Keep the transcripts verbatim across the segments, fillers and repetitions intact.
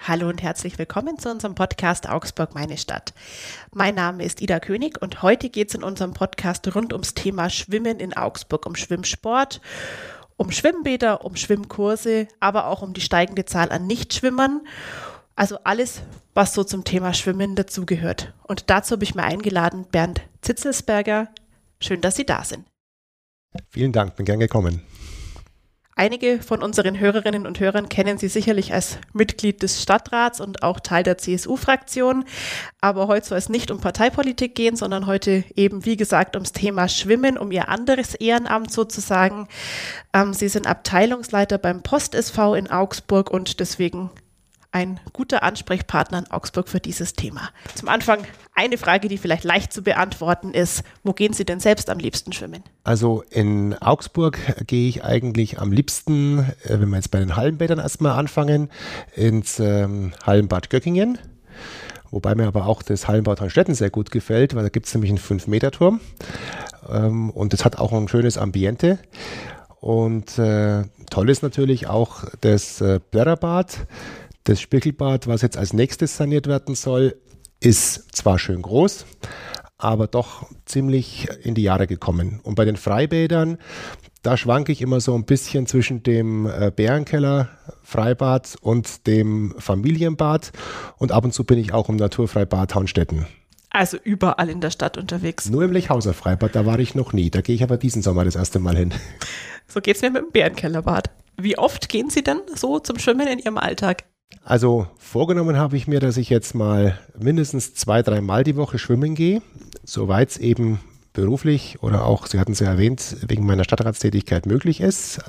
Hallo und herzlich willkommen zu unserem Podcast Augsburg, meine Stadt. Mein Name ist Ida König und heute geht es in unserem Podcast rund ums Thema Schwimmen in Augsburg, um Schwimmsport, um Schwimmbäder, um Schwimmkurse, aber auch um die steigende Zahl an Nichtschwimmern. Also alles, was so zum Thema Schwimmen dazugehört. Und dazu habe ich mir eingeladen Bernd Zitzelsberger. Schön, dass Sie da sind. Vielen Dank, bin gern gekommen. Einige von unseren Hörerinnen und Hörern kennen Sie sicherlich als Mitglied des Stadtrats und auch Teil der C S U-Fraktion. Aber heute soll es nicht um Parteipolitik gehen, sondern heute eben, wie gesagt, ums Thema Schwimmen, um Ihr anderes Ehrenamt sozusagen. Ähm, Sie sind Abteilungsleiter beim Post-S V in Augsburg und deswegen ein guter Ansprechpartner in Augsburg für dieses Thema. Zum Anfang eine Frage, die vielleicht leicht zu beantworten ist. Wo gehen Sie denn selbst am liebsten schwimmen? Also in Augsburg gehe ich eigentlich am liebsten, wenn wir jetzt bei den Hallenbädern erstmal anfangen, ins ähm, Hallenbad Göckingen. Wobei mir aber auch das Hallenbad Hohenstetten sehr gut gefällt, weil da gibt es nämlich einen fünf Meter Turm ähm, und das hat auch ein schönes Ambiente. Und äh, toll ist natürlich auch das äh, Plärrerbad. Das Spiegelbad, was jetzt als nächstes saniert werden soll, ist zwar schön groß, aber doch ziemlich in die Jahre gekommen. Und bei den Freibädern, da schwanke ich immer so ein bisschen zwischen dem äh, Bärenkeller Freibad und dem Familienbad. Und ab und zu bin ich auch im Naturfreibad Hohenstetten. Also überall in der Stadt unterwegs. Nur im Lechhauser Freibad, da war ich noch nie. Da gehe ich aber diesen Sommer das erste Mal hin. So geht es mir mit dem Bärenkellerbad. Wie oft gehen Sie denn so zum Schwimmen in Ihrem Alltag? Also vorgenommen habe ich mir, dass ich jetzt mal mindestens zwei, drei Mal die Woche schwimmen gehe, soweit es eben beruflich oder auch, Sie hatten es ja erwähnt, wegen meiner Stadtratstätigkeit möglich ist.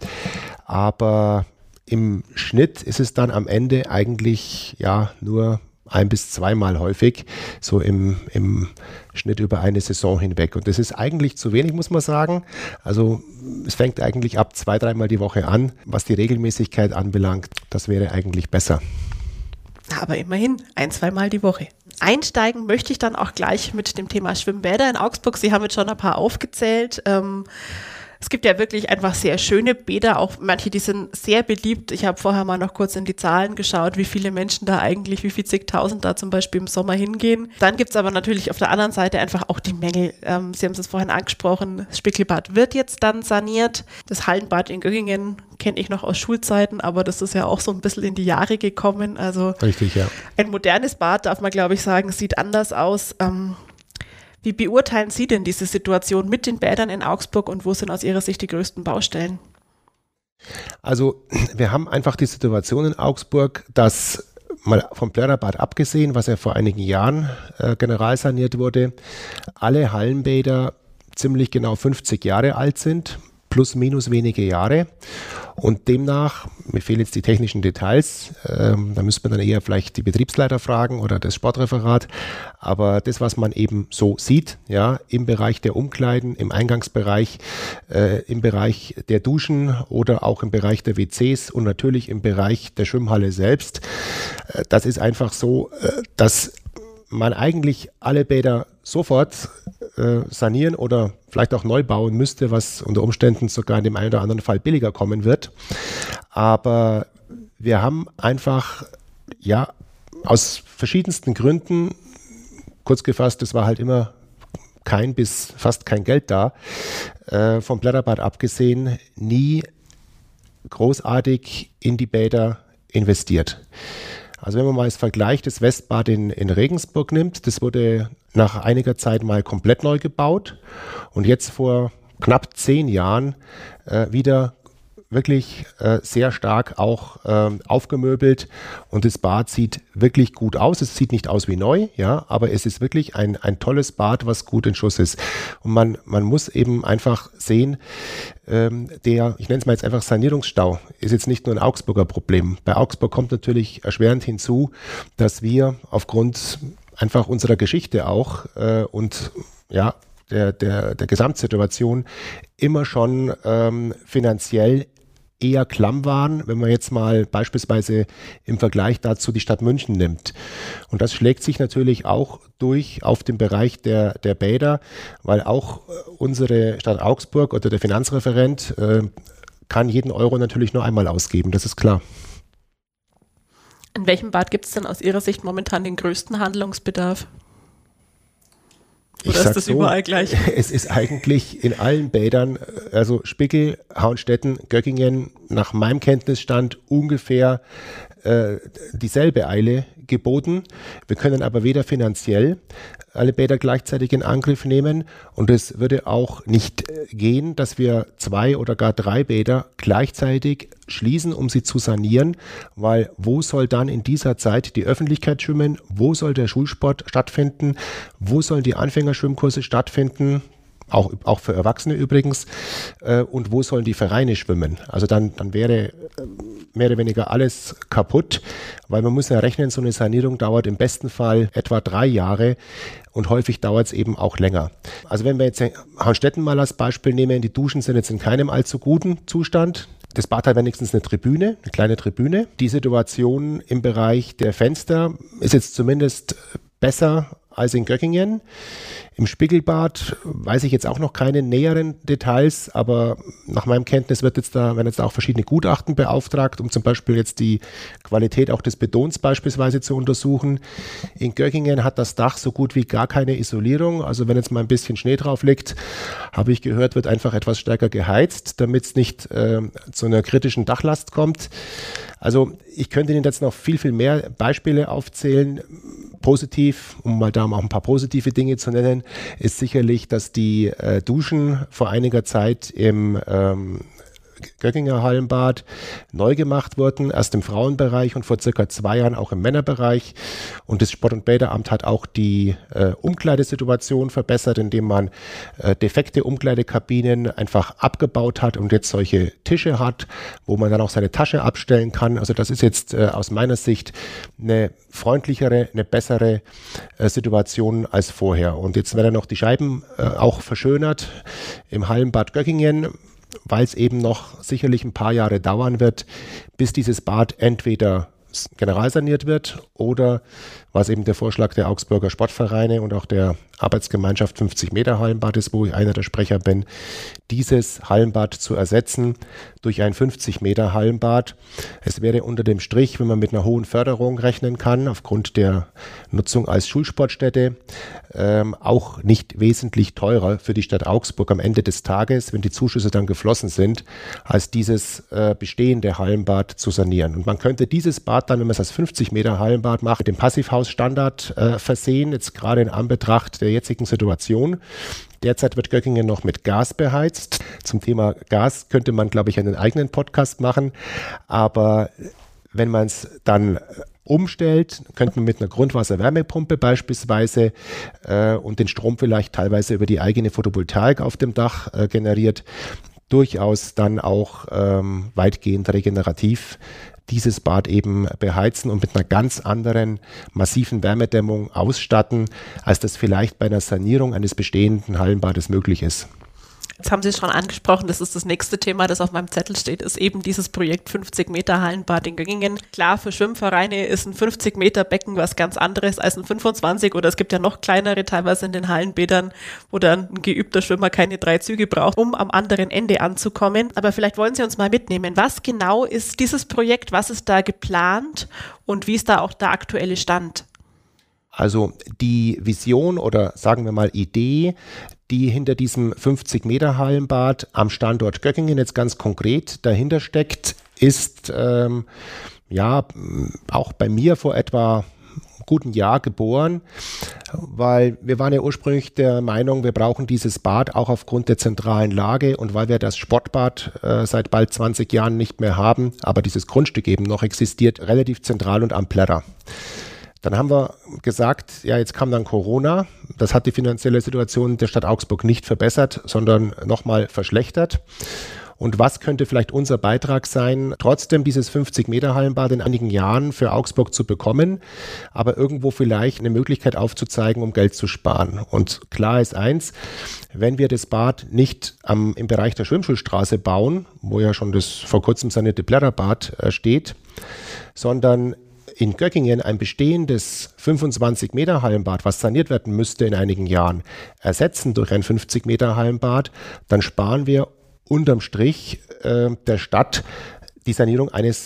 Aber im Schnitt ist es dann am Ende eigentlich ja nur ein- bis zweimal häufig, so im, im Schnitt über eine Saison hinweg. Und das ist eigentlich zu wenig, muss man sagen. Also es fängt eigentlich ab zwei, dreimal die Woche an. Was die Regelmäßigkeit anbelangt, das wäre eigentlich besser. Aber immerhin ein-, zweimal die Woche. Einsteigen möchte ich dann auch gleich mit dem Thema Schwimmbäder in Augsburg. Sie haben jetzt schon ein paar aufgezählt. Ähm, Es gibt ja wirklich einfach sehr schöne Bäder, auch manche, die sind sehr beliebt. Ich habe vorher mal noch kurz in die Zahlen geschaut, wie viele Menschen da eigentlich, wie viel zigtausend da zum Beispiel im Sommer hingehen. Dann gibt es aber natürlich auf der anderen Seite einfach auch die Mängel. Ähm, Sie haben es vorhin angesprochen, das Spiegelbad wird jetzt dann saniert. Das Hallenbad in Göggingen kenne ich noch aus Schulzeiten, aber das ist ja auch so ein bisschen in die Jahre gekommen. Also richtig, ja. Ein modernes Bad, darf man glaube ich sagen, sieht anders aus. Ähm, Wie beurteilen Sie denn diese Situation mit den Bädern in Augsburg und wo sind aus Ihrer Sicht die größten Baustellen? Also wir haben einfach die Situation in Augsburg, dass mal vom Plärrerbad abgesehen, was ja vor einigen Jahren äh, generalsaniert wurde, alle Hallenbäder ziemlich genau fünfzig Jahre alt sind, plus minus wenige Jahre. Und demnach, mir fehlen jetzt die technischen Details, ähm, da müsste man dann eher vielleicht die Betriebsleiter fragen oder das Sportreferat, aber das, was man eben so sieht, ja, im Bereich der Umkleiden, im Eingangsbereich, äh, im Bereich der Duschen oder auch im Bereich der W Cs und natürlich im Bereich der Schwimmhalle selbst, äh, das ist einfach so, äh, dass man eigentlich alle Bäder sofort äh, sanieren oder vielleicht auch neu bauen müsste, was unter Umständen sogar in dem einen oder anderen Fall billiger kommen wird. Aber wir haben einfach, ja, aus verschiedensten Gründen, kurz gefasst, es war halt immer kein bis fast kein Geld da, äh, vom Plärrerbad abgesehen, nie großartig in die Bäder investiert. Also wenn man mal als Vergleich das Westbad in, in Regensburg nimmt, das wurde nach einiger Zeit mal komplett neu gebaut und jetzt vor knapp zehn Jahren äh, wieder wirklich äh, sehr stark auch ähm, aufgemöbelt und das Bad sieht wirklich gut aus. Es sieht nicht aus wie neu, ja, aber es ist wirklich ein, ein tolles Bad, was gut in Schuss ist. Und man, man muss eben einfach sehen, ähm, der, ich nenne es mal jetzt einfach Sanierungsstau, ist jetzt nicht nur ein Augsburger Problem. Bei Augsburg kommt natürlich erschwerend hinzu, dass wir aufgrund einfach unserer Geschichte auch äh, und ja, der, der, der Gesamtsituation immer schon ähm, finanziell eher klamm waren, wenn man jetzt mal beispielsweise im Vergleich dazu die Stadt München nimmt. Und das schlägt sich natürlich auch durch auf den Bereich der, der Bäder, weil auch unsere Stadt Augsburg oder der Finanzreferent äh, kann jeden Euro natürlich nur einmal ausgeben, das ist klar. In welchem Bad gibt es denn aus Ihrer Sicht momentan den größten Handlungsbedarf? Oder ist das so, überall gleich? Es ist eigentlich in allen Bädern, also Spickel, Hauenstetten, Göggingen, nach meinem Kenntnisstand ungefähr äh, dieselbe Eile geboten. Wir können aber weder finanziell alle Bäder gleichzeitig in Angriff nehmen und es würde auch nicht gehen, dass wir zwei oder gar drei Bäder gleichzeitig schließen, um sie zu sanieren, weil wo soll dann in dieser Zeit die Öffentlichkeit schwimmen, wo soll der Schulsport stattfinden, wo sollen die Anfängerschwimmkurse stattfinden, auch, auch für Erwachsene übrigens, äh, und wo sollen die Vereine schwimmen? Also dann, dann wäre äh, mehr oder weniger alles kaputt, weil man muss ja rechnen, so eine Sanierung dauert im besten Fall etwa drei Jahre und häufig dauert es eben auch länger. Also wenn wir jetzt Hauenstetten mal als Beispiel nehmen, die Duschen sind jetzt in keinem allzu guten Zustand. Das Bad hat wenigstens eine Tribüne, eine kleine Tribüne. Die Situation im Bereich der Fenster ist jetzt zumindest besser als in Göggingen. Im Spiegelbad weiß ich jetzt auch noch keine näheren Details, aber nach meinem Kenntnis wird jetzt da, werden jetzt auch verschiedene Gutachten beauftragt, um zum Beispiel jetzt die Qualität auch des Betons beispielsweise zu untersuchen. In Göggingen hat das Dach so gut wie gar keine Isolierung. Also wenn jetzt mal ein bisschen Schnee drauf liegt, habe ich gehört, wird einfach etwas stärker geheizt, damit es nicht äh, zu einer kritischen Dachlast kommt. Also ich könnte Ihnen jetzt noch viel, viel mehr Beispiele aufzählen. Positiv, um mal da auch ein paar positive Dinge zu nennen, ist sicherlich, dass die äh, Duschen vor einiger Zeit im ähm, Gögginger Hallenbad neu gemacht wurden, erst im Frauenbereich und vor circa zwei Jahren auch im Männerbereich. Und das Sport- und Bäderamt hat auch die äh, Umkleidesituation verbessert, indem man äh, defekte Umkleidekabinen einfach abgebaut hat und jetzt solche Tische hat, wo man dann auch seine Tasche abstellen kann. Also das ist jetzt äh, aus meiner Sicht eine freundlichere, eine bessere äh, Situation als vorher. Und jetzt werden noch die Scheiben äh, auch verschönert im Hallenbad Göggingen, weil es eben noch sicherlich ein paar Jahre dauern wird, bis dieses Bad entweder generalsaniert wird oder, was eben der Vorschlag der Augsburger Sportvereine und auch der Arbeitsgemeinschaft fünfzig Meter Hallenbad ist, wo ich einer der Sprecher bin, dieses Hallenbad zu ersetzen durch ein fünfzig Meter Hallenbad. Es wäre unter dem Strich, wenn man mit einer hohen Förderung rechnen kann, aufgrund der Nutzung als Schulsportstätte, ähm, auch nicht wesentlich teurer für die Stadt Augsburg am Ende des Tages, wenn die Zuschüsse dann geflossen sind, als dieses äh, bestehende Hallenbad zu sanieren. Und man könnte dieses Bad dann, wenn man es als fünfzig Meter Hallenbad macht, mit dem Passivhausstandard äh, versehen, jetzt gerade in Anbetracht der jetzigen Situation. Derzeit wird Göggingen noch mit Gas beheizt. Zum Thema Gas könnte man, glaube ich, einen eigenen Podcast machen. Aber wenn man es dann umstellt, könnte man mit einer Grundwasserwärmepumpe beispielsweise äh, und den Strom vielleicht teilweise über die eigene Photovoltaik auf dem Dach äh, generiert, durchaus dann auch ähm, weitgehend regenerativ dieses Bad eben beheizen und mit einer ganz anderen massiven Wärmedämmung ausstatten, als das vielleicht bei einer Sanierung eines bestehenden Hallenbades möglich ist. Jetzt haben Sie es schon angesprochen, das ist das nächste Thema, das auf meinem Zettel steht, ist eben dieses Projekt fünfzig Meter Hallenbad in Göggingen. Klar, für Schwimmvereine ist ein fünfzig Meter Becken was ganz anderes als ein fünfundzwanzig oder es gibt ja noch kleinere, teilweise in den Hallenbädern, wo dann ein geübter Schwimmer keine drei Züge braucht, um am anderen Ende anzukommen. Aber vielleicht wollen Sie uns mal mitnehmen. Was genau ist dieses Projekt, was ist da geplant und wie ist da auch der aktuelle Stand? Also die Vision oder sagen wir mal Idee, die hinter diesem fünfzig Meter Hallenbad am Standort Göggingen jetzt ganz konkret dahinter steckt, ist ähm, ja auch bei mir vor etwa guten Jahr geboren, weil wir waren ja ursprünglich der Meinung, wir brauchen dieses Bad auch aufgrund der zentralen Lage und weil wir das Sportbad äh, seit bald zwanzig Jahren nicht mehr haben, aber dieses Grundstück eben noch existiert, relativ zentral und am Plärrer. Dann haben wir gesagt, ja, jetzt kam dann Corona. Das hat die finanzielle Situation der Stadt Augsburg nicht verbessert, sondern nochmal verschlechtert. Und was könnte vielleicht unser Beitrag sein, trotzdem dieses fünfzig Meter Hallenbad in einigen Jahren für Augsburg zu bekommen, aber irgendwo vielleicht eine Möglichkeit aufzuzeigen, um Geld zu sparen. Und klar ist eins, wenn wir das Bad nicht am, im Bereich der Schwimmschulstraße bauen, wo ja schon das vor kurzem sanierte Plärrerbad äh, steht, sondern in Göggingen ein bestehendes fünfundzwanzig Meter Hallenbad, was saniert werden müsste in einigen Jahren, ersetzen durch ein fünfzig Meter Hallenbad, dann sparen wir unterm Strich äh, der Stadt die Sanierung eines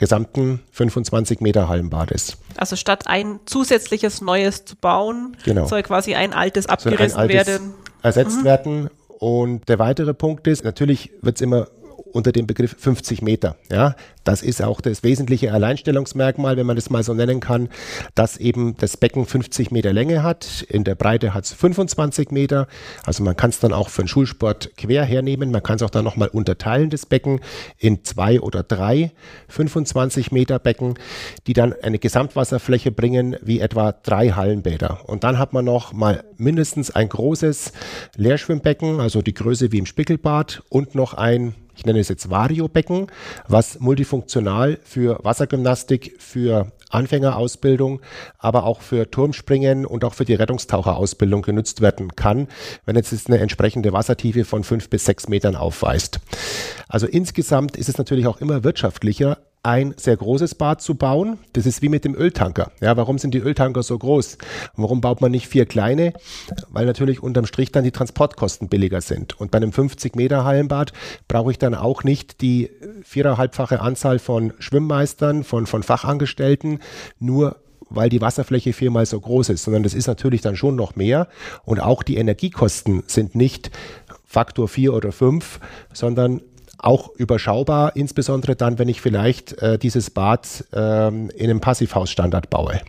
gesamten fünfundzwanzig Meter Hallenbades. Also statt ein zusätzliches Neues zu bauen, genau. soll quasi ein altes abgerissen ein altes werden. Ersetzt mhm. werden. Und der weitere Punkt ist, natürlich wird es immer unter dem Begriff fünfzig Meter. Ja, das ist auch das wesentliche Alleinstellungsmerkmal, wenn man das mal so nennen kann, dass eben das Becken fünfzig Meter Länge hat. In der Breite hat es fünfundzwanzig Meter. Also man kann es dann auch für den Schulsport quer hernehmen. Man kann es auch dann nochmal unterteilen, das Becken, in zwei oder drei fünfundzwanzig Meter Becken, die dann eine Gesamtwasserfläche bringen wie etwa drei Hallenbäder. Und dann hat man noch mal mindestens ein großes Leerschwimmbecken, also die Größe wie im Spiegelbad, und noch ein, ich nenne es jetzt Vario-Becken, was multifunktional für Wassergymnastik, für Anfängerausbildung, aber auch für Turmspringen und auch für die Rettungstaucherausbildung genutzt werden kann, wenn jetzt eine entsprechende Wassertiefe von fünf bis sechs Metern aufweist. Also insgesamt ist es natürlich auch immer wirtschaftlicher, ein sehr großes Bad zu bauen. Das ist wie mit dem Öltanker. Ja, warum sind die Öltanker so groß? Und warum baut man nicht vier kleine? Weil natürlich unterm Strich dann die Transportkosten billiger sind. Und bei einem fünfzig Meter Hallenbad brauche ich dann auch nicht die viereinhalbfache Anzahl von Schwimmmeistern, von, von Fachangestellten, nur weil die Wasserfläche viermal so groß ist, sondern das ist natürlich dann schon noch mehr. Und auch die Energiekosten sind nicht Faktor vier oder fünf, sondern auch überschaubar, insbesondere dann, wenn ich vielleicht äh, dieses Bad ähm, in einem Passivhausstandard baue.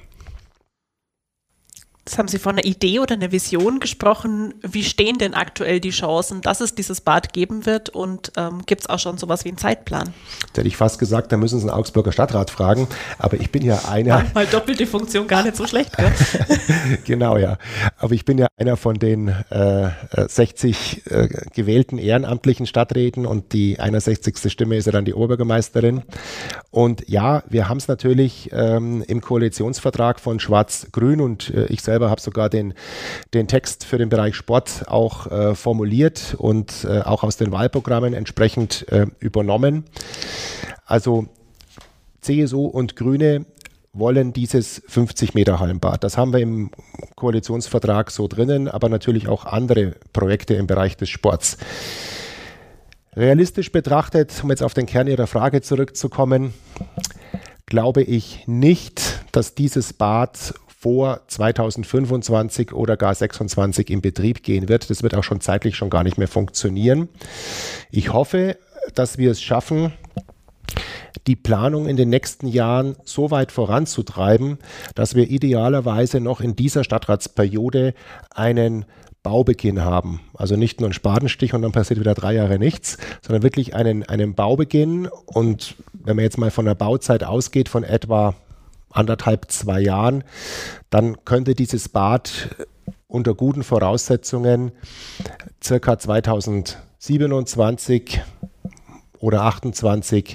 Jetzt haben Sie von einer Idee oder einer Vision gesprochen. Wie stehen denn aktuell die Chancen, dass es dieses Bad geben wird, und ähm, gibt es auch schon sowas wie einen Zeitplan? Da hätte ich fast gesagt, da müssen Sie den Augsburger Stadtrat fragen, aber ich bin ja einer... Manchmal doppelte Funktion gar nicht so schlecht, gell? Genau, ja. Aber ich bin ja einer von den äh, sechzig äh, gewählten ehrenamtlichen Stadträten, und die einundsechzigste Stimme ist ja dann die Oberbürgermeisterin. Und ja, wir haben es natürlich ähm, im Koalitionsvertrag von Schwarz-Grün, und äh, ich selber habe sogar den, den Text für den Bereich Sport auch äh, formuliert und äh, auch aus den Wahlprogrammen entsprechend äh, übernommen. Also C S U und Grüne wollen dieses fünfzig Meter Hallenbad. Das haben wir im Koalitionsvertrag so drinnen, aber natürlich auch andere Projekte im Bereich des Sports. Realistisch betrachtet, um jetzt auf den Kern Ihrer Frage zurückzukommen, glaube ich nicht, dass dieses Bad vor zweitausendfünfundzwanzig oder gar sechsundzwanzig in Betrieb gehen wird. Das wird auch schon zeitlich schon gar nicht mehr funktionieren. Ich hoffe, dass wir es schaffen, die Planung in den nächsten Jahren so weit voranzutreiben, dass wir idealerweise noch in dieser Stadtratsperiode einen Baubeginn haben. Also nicht nur einen Spatenstich und dann passiert wieder drei Jahre nichts, sondern wirklich einen, einen Baubeginn. Und wenn man jetzt mal von der Bauzeit ausgeht, von etwa anderthalb, zwei Jahren, dann könnte dieses Bad unter guten Voraussetzungen circa zweitausendsiebenundzwanzig oder achtundzwanzig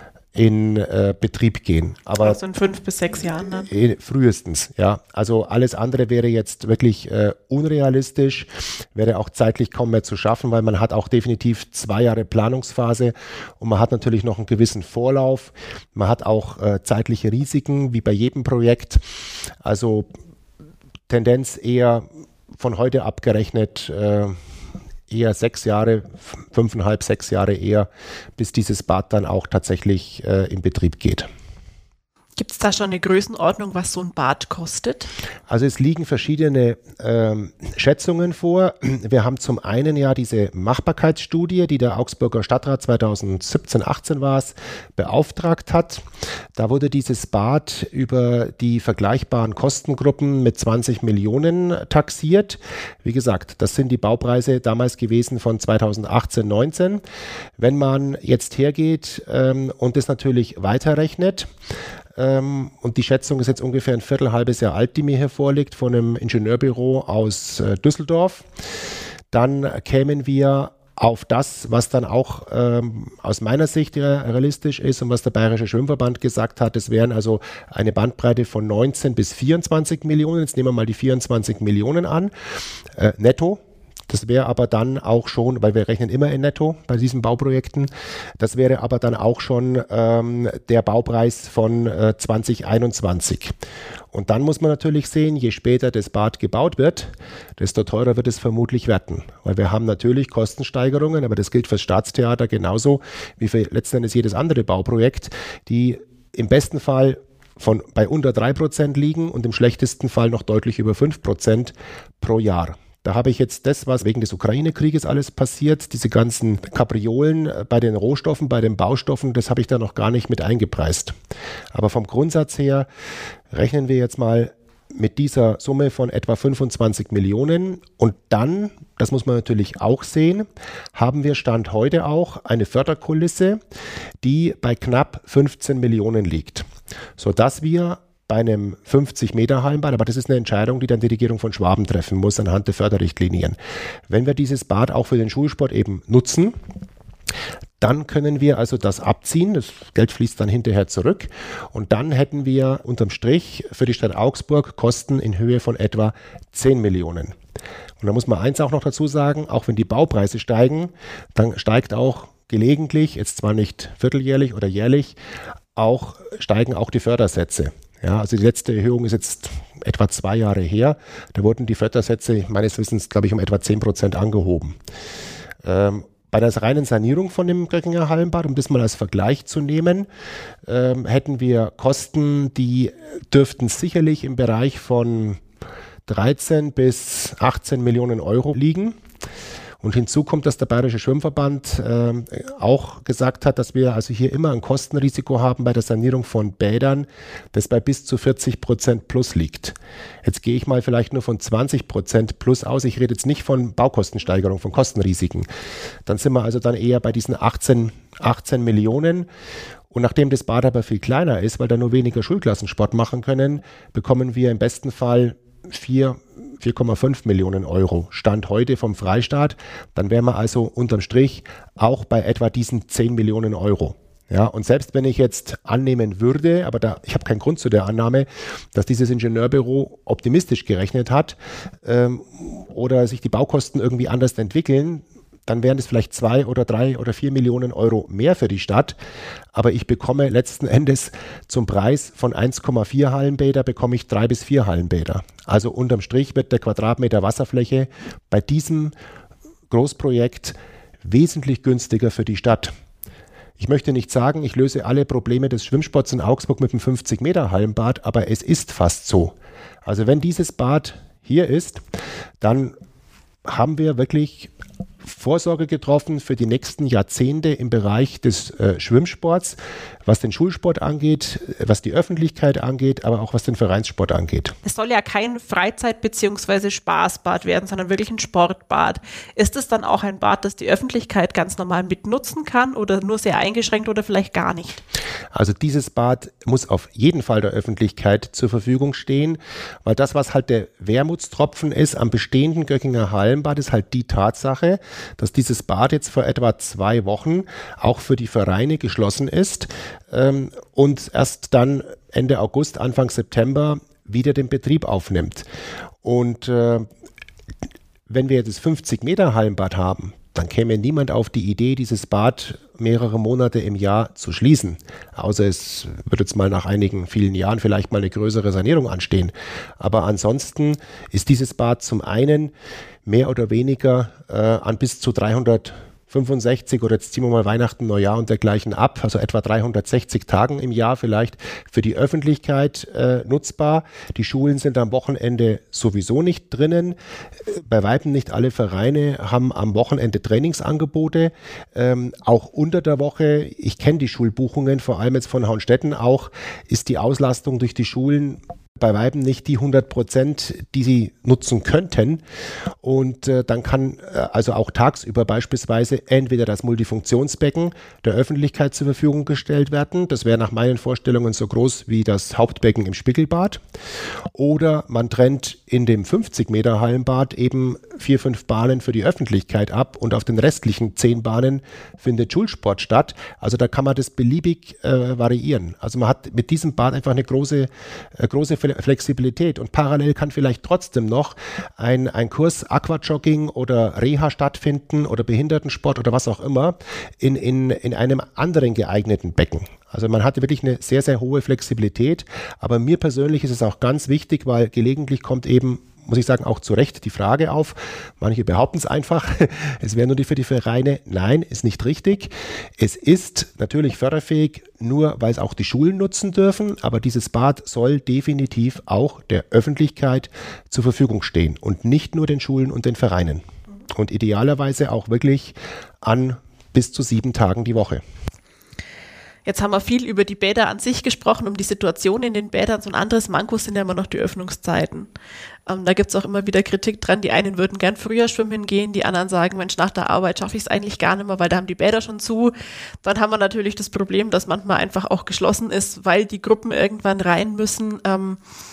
in äh, Betrieb gehen. Aber also in fünf bis sechs Jahren dann? Eh, frühestens, ja. Also alles andere wäre jetzt wirklich äh, unrealistisch, wäre auch zeitlich kaum mehr zu schaffen, weil man hat auch definitiv zwei Jahre Planungsphase und man hat natürlich noch einen gewissen Vorlauf. Man hat auch äh, zeitliche Risiken, wie bei jedem Projekt. Also Tendenz eher von heute abgerechnet, äh, eher sechs Jahre, fünfeinhalb, sechs Jahre eher, bis dieses Bad dann auch tatsächlich äh, in Betrieb geht. Gibt es da schon eine Größenordnung, was so ein Bad kostet? Also es liegen verschiedene ähm, Schätzungen vor. Wir haben zum einen ja diese Machbarkeitsstudie, die der Augsburger Stadtrat zweitausendsiebzehn, achtzehn war es, beauftragt hat. Da wurde dieses Bad über die vergleichbaren Kostengruppen mit zwanzig Millionen taxiert. Wie gesagt, das sind die Baupreise damals gewesen von zweitausendachtzehn, neunzehn. Wenn man jetzt hergeht ähm, und das natürlich weiterrechnet, und die Schätzung ist jetzt ungefähr ein Viertel, halbes Jahr alt, die mir hier vorliegt, von einem Ingenieurbüro aus äh, Düsseldorf. Dann kämen wir auf das, was dann auch ähm, aus meiner Sicht realistisch ist und was der Bayerische Schwimmverband gesagt hat. Es wären also eine Bandbreite von neunzehn bis vierundzwanzig Millionen. Jetzt nehmen wir mal die vierundzwanzig Millionen an, äh, netto. Das wäre aber dann auch schon, weil wir rechnen immer in netto bei diesen Bauprojekten, das wäre aber dann auch schon ähm, der Baupreis von äh, zwanzig einundzwanzig. Und dann muss man natürlich sehen, je später das Bad gebaut wird, desto teurer wird es vermutlich werden. Weil wir haben natürlich Kostensteigerungen, aber das gilt fürs Staatstheater genauso wie für letzten Endes jedes andere Bauprojekt, die im besten Fall von bei unter drei Prozent liegen und im schlechtesten Fall noch deutlich über fünf Prozent pro Jahr. Da habe ich jetzt das, was wegen des Ukraine-Krieges alles passiert, diese ganzen Kapriolen bei den Rohstoffen, bei den Baustoffen, das habe ich da noch gar nicht mit eingepreist. Aber vom Grundsatz her rechnen wir jetzt mal mit dieser Summe von etwa fünfundzwanzig Millionen und dann, das muss man natürlich auch sehen, haben wir Stand heute auch eine Förderkulisse, die bei knapp fünfzehn Millionen liegt, sodass wir bei einem fünfzig Meter Hallenbad, aber das ist eine Entscheidung, die dann die Regierung von Schwaben treffen muss anhand der Förderrichtlinien. Wenn wir dieses Bad auch für den Schulsport eben nutzen, dann können wir also das abziehen, das Geld fließt dann hinterher zurück und dann hätten wir unterm Strich für die Stadt Augsburg Kosten in Höhe von etwa zehn Millionen. Und da muss man eins auch noch dazu sagen, auch wenn die Baupreise steigen, dann steigt auch gelegentlich, jetzt zwar nicht vierteljährlich oder jährlich, auch steigen auch die Fördersätze. Ja, also die letzte Erhöhung ist jetzt etwa zwei Jahre her. Da wurden die Fördersätze meines Wissens, glaube ich, um etwa zehn Prozent angehoben. Ähm, bei der reinen Sanierung von dem Göckinger Hallenbad, um das mal als Vergleich zu nehmen, ähm, hätten wir Kosten, die dürften sicherlich im Bereich von dreizehn bis achtzehn Millionen Euro liegen. Und hinzu kommt, dass der Bayerische Schwimmverband äh, auch gesagt hat, dass wir also hier immer ein Kostenrisiko haben bei der Sanierung von Bädern, das bei bis zu vierzig Prozent plus liegt. Jetzt gehe ich mal vielleicht nur von zwanzig Prozent plus aus. Ich rede jetzt nicht von Baukostensteigerung, von Kostenrisiken. Dann sind wir also dann eher bei diesen achtzehn Millionen. Und nachdem das Bad aber viel kleiner ist, weil da nur weniger Schulklassen Sport machen können, bekommen wir im besten Fall vier vier Komma fünf Millionen Euro Stand heute vom Freistaat, dann wären wir also unterm Strich auch bei etwa diesen zehn Millionen Euro. Ja, und selbst wenn ich jetzt annehmen würde, aber da, ich habe keinen Grund zu der Annahme, dass dieses Ingenieurbüro optimistisch gerechnet hat ähm, oder sich die Baukosten irgendwie anders entwickeln, dann wären es vielleicht zwei oder drei oder vier Millionen Euro mehr für die Stadt. Aber ich bekomme letzten Endes zum Preis von eins Komma vier Hallenbäder bekomme ich drei bis vier Hallenbäder. Also unterm Strich wird der Quadratmeter Wasserfläche bei diesem Großprojekt wesentlich günstiger für die Stadt. Ich möchte nicht sagen, ich löse alle Probleme des Schwimmsports in Augsburg mit einem fünfzig Meter Hallenbad, aber es ist fast so. Also wenn dieses Bad hier ist, dann haben wir wirklich Vorsorge getroffen für die nächsten Jahrzehnte im Bereich des äh, Schwimmsports, was den Schulsport angeht, was die Öffentlichkeit angeht, aber auch was den Vereinssport angeht. Es soll ja kein Freizeit- bzw. Spaßbad werden, sondern wirklich ein Sportbad. Ist es dann auch ein Bad, das die Öffentlichkeit ganz normal mitnutzen kann oder nur sehr eingeschränkt oder vielleicht gar nicht? Also dieses Bad muss auf jeden Fall der Öffentlichkeit zur Verfügung stehen, weil das, was halt der Wermutstropfen ist am bestehenden Göckinger Hallenbad, ist halt die Tatsache, dass dieses Bad jetzt vor etwa zwei Wochen auch für die Vereine geschlossen ist ähm, und erst dann Ende August, Anfang September wieder den Betrieb aufnimmt. Und äh, wenn wir jetzt das fünfzig Meter Hallenbad haben, dann käme niemand auf die Idee, dieses Bad mehrere Monate im Jahr zu schließen. Außer es wird jetzt mal nach einigen vielen Jahren vielleicht mal eine größere Sanierung anstehen. Aber ansonsten ist dieses Bad zum einen mehr oder weniger äh, an bis zu dreihundertfünfundsechzig oder jetzt ziehen wir mal Weihnachten, Neujahr und dergleichen ab, also etwa dreihundertsechzig Tagen im Jahr vielleicht für die Öffentlichkeit äh, nutzbar. Die Schulen sind am Wochenende sowieso nicht drinnen. Bei Weitem nicht alle Vereine haben am Wochenende Trainingsangebote, ähm, auch unter der Woche. Ich kenne die Schulbuchungen, vor allem jetzt von Hauenstetten auch, ist die Auslastung durch die Schulen bei Weitem nicht die hundert Prozent, die sie nutzen könnten. Und äh, dann kann äh, also auch tagsüber beispielsweise entweder das Multifunktionsbecken der Öffentlichkeit zur Verfügung gestellt werden. Das wäre nach meinen Vorstellungen so groß wie das Hauptbecken im Spiegelbad. Oder man trennt in dem fünfzig Meter Hallenbad eben vier, fünf Bahnen für die Öffentlichkeit ab und auf den restlichen zehn Bahnen findet Schulsport statt. Also da kann man das beliebig äh, variieren. Also man hat mit diesem Bad einfach eine große, äh, große Flexibilität und parallel kann vielleicht trotzdem noch ein, ein Kurs Aquajogging oder Reha stattfinden oder Behindertensport oder was auch immer in, in, in einem anderen geeigneten Becken. Also man hat wirklich eine sehr, sehr hohe Flexibilität, aber mir persönlich ist es auch ganz wichtig, weil gelegentlich kommt eben, muss ich sagen, auch zu Recht die Frage auf. Manche behaupten es einfach, es wäre nur die für die Vereine. Nein, ist nicht richtig. Es ist natürlich förderfähig, nur weil es auch die Schulen nutzen dürfen, aber dieses Bad soll definitiv auch der Öffentlichkeit zur Verfügung stehen und nicht nur den Schulen und den Vereinen. Und idealerweise auch wirklich an bis zu sieben Tagen die Woche. Jetzt haben wir viel über die Bäder an sich gesprochen, um die Situation in den Bädern. So ein anderes Manko sind ja immer noch die Öffnungszeiten. Ähm, da gibt es auch immer wieder Kritik dran. Die einen würden gern früher schwimmen gehen, die anderen sagen, Mensch, nach der Arbeit schaffe ich es eigentlich gar nicht mehr, weil da haben die Bäder schon zu. Dann haben wir natürlich das Problem, dass manchmal einfach auch geschlossen ist, weil die Gruppen irgendwann rein müssen. Ähm,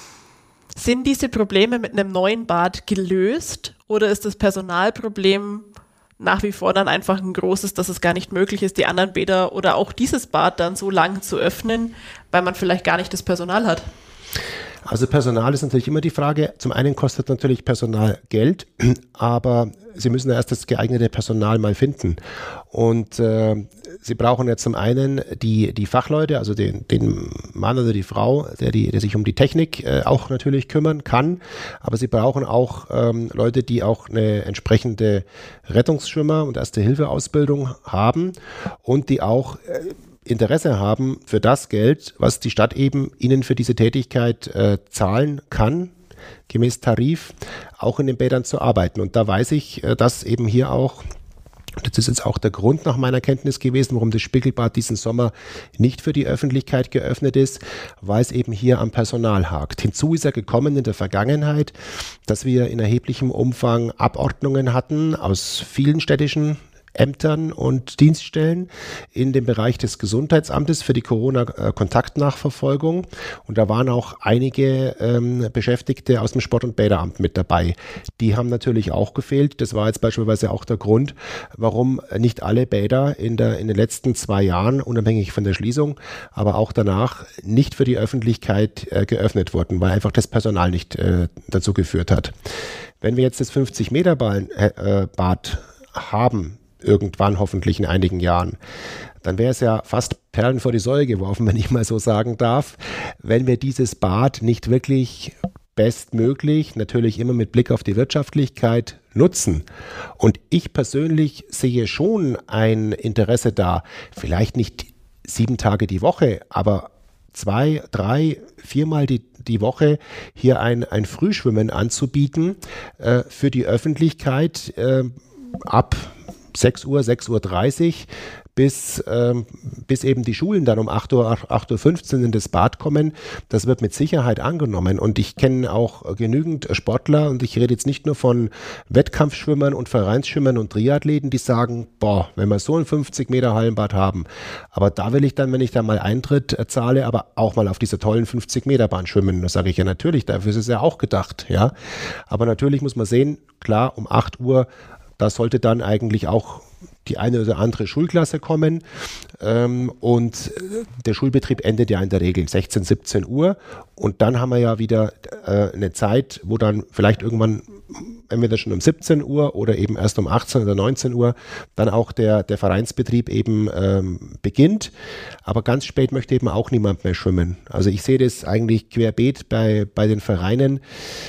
sind diese Probleme mit einem neuen Bad gelöst oder ist das Personalproblem nach wie vor dann einfach ein großes, dass es gar nicht möglich ist, die anderen Bäder oder auch dieses Bad dann so lang zu öffnen, weil man vielleicht gar nicht das Personal hat? Also Personal ist natürlich immer die Frage. Zum einen kostet natürlich Personal Geld, aber Sie müssen erst das geeignete Personal mal finden. Und äh, Sie brauchen ja zum einen die, die Fachleute, also den, den Mann oder die Frau, der, die, der sich um die Technik äh, auch natürlich kümmern kann. Aber Sie brauchen auch ähm, Leute, die auch eine entsprechende Rettungsschwimmer- und Erste-Hilfe-Ausbildung haben und die auch äh, Interesse haben für das Geld, was die Stadt eben ihnen für diese Tätigkeit äh, zahlen kann, gemäß Tarif, auch in den Bädern zu arbeiten. Und da weiß ich, äh, dass eben hier auch, das ist jetzt auch der Grund nach meiner Kenntnis gewesen, warum das Spiegelbad diesen Sommer nicht für die Öffentlichkeit geöffnet ist, weil es eben hier am Personal hakt. Hinzu ist ja gekommen in der Vergangenheit, dass wir in erheblichem Umfang Abordnungen hatten aus vielen städtischen Ämtern und Dienststellen in dem Bereich des Gesundheitsamtes für die Corona-Kontaktnachverfolgung. Und da waren auch einige ähm, Beschäftigte aus dem Sport- und Bäderamt mit dabei. Die haben natürlich auch gefehlt. Das war jetzt beispielsweise auch der Grund, warum nicht alle Bäder in, der, in den letzten zwei Jahren, unabhängig von der Schließung, aber auch danach nicht für die Öffentlichkeit äh, geöffnet wurden, weil einfach das Personal nicht äh, dazu geführt hat. Wenn wir jetzt das fünfzig Meter Bad äh, haben, irgendwann hoffentlich in einigen Jahren, dann wäre es ja fast Perlen vor die Säule geworfen, wenn ich mal so sagen darf, wenn wir dieses Bad nicht wirklich bestmöglich, natürlich immer mit Blick auf die Wirtschaftlichkeit, nutzen. Und ich persönlich sehe schon ein Interesse da, vielleicht nicht sieben Tage die Woche, aber zwei, drei, viermal die, die Woche hier ein, ein Frühschwimmen anzubieten äh, für die Öffentlichkeit äh, ab sechs Uhr, sechs Uhr dreißig bis, ähm, bis eben die Schulen dann um acht Uhr, acht Uhr fünfzehn in das Bad kommen. Das wird mit Sicherheit angenommen und ich kenne auch genügend Sportler und ich rede jetzt nicht nur von Wettkampfschwimmern und Vereinsschwimmern und Triathleten, die sagen, boah, wenn wir so ein fünfzig Meter Hallenbad haben, aber da will ich dann, wenn ich da mal Eintritt äh, zahle, aber auch mal auf dieser tollen fünfzig Meter Bahn schwimmen. Da sage ich ja natürlich, dafür ist es ja auch gedacht, ja. Aber natürlich muss man sehen, klar, um acht Uhr, da sollte dann eigentlich auch die eine oder andere Schulklasse kommen ähm, und der Schulbetrieb endet ja in der Regel sechzehn, siebzehn Uhr und dann haben wir ja wieder äh, eine Zeit, wo dann vielleicht irgendwann entweder schon um siebzehn Uhr oder eben erst um achtzehn oder neunzehn Uhr dann auch der, der Vereinsbetrieb eben ähm, beginnt, aber ganz spät möchte eben auch niemand mehr schwimmen. Also ich sehe das eigentlich querbeet bei, bei den Vereinen.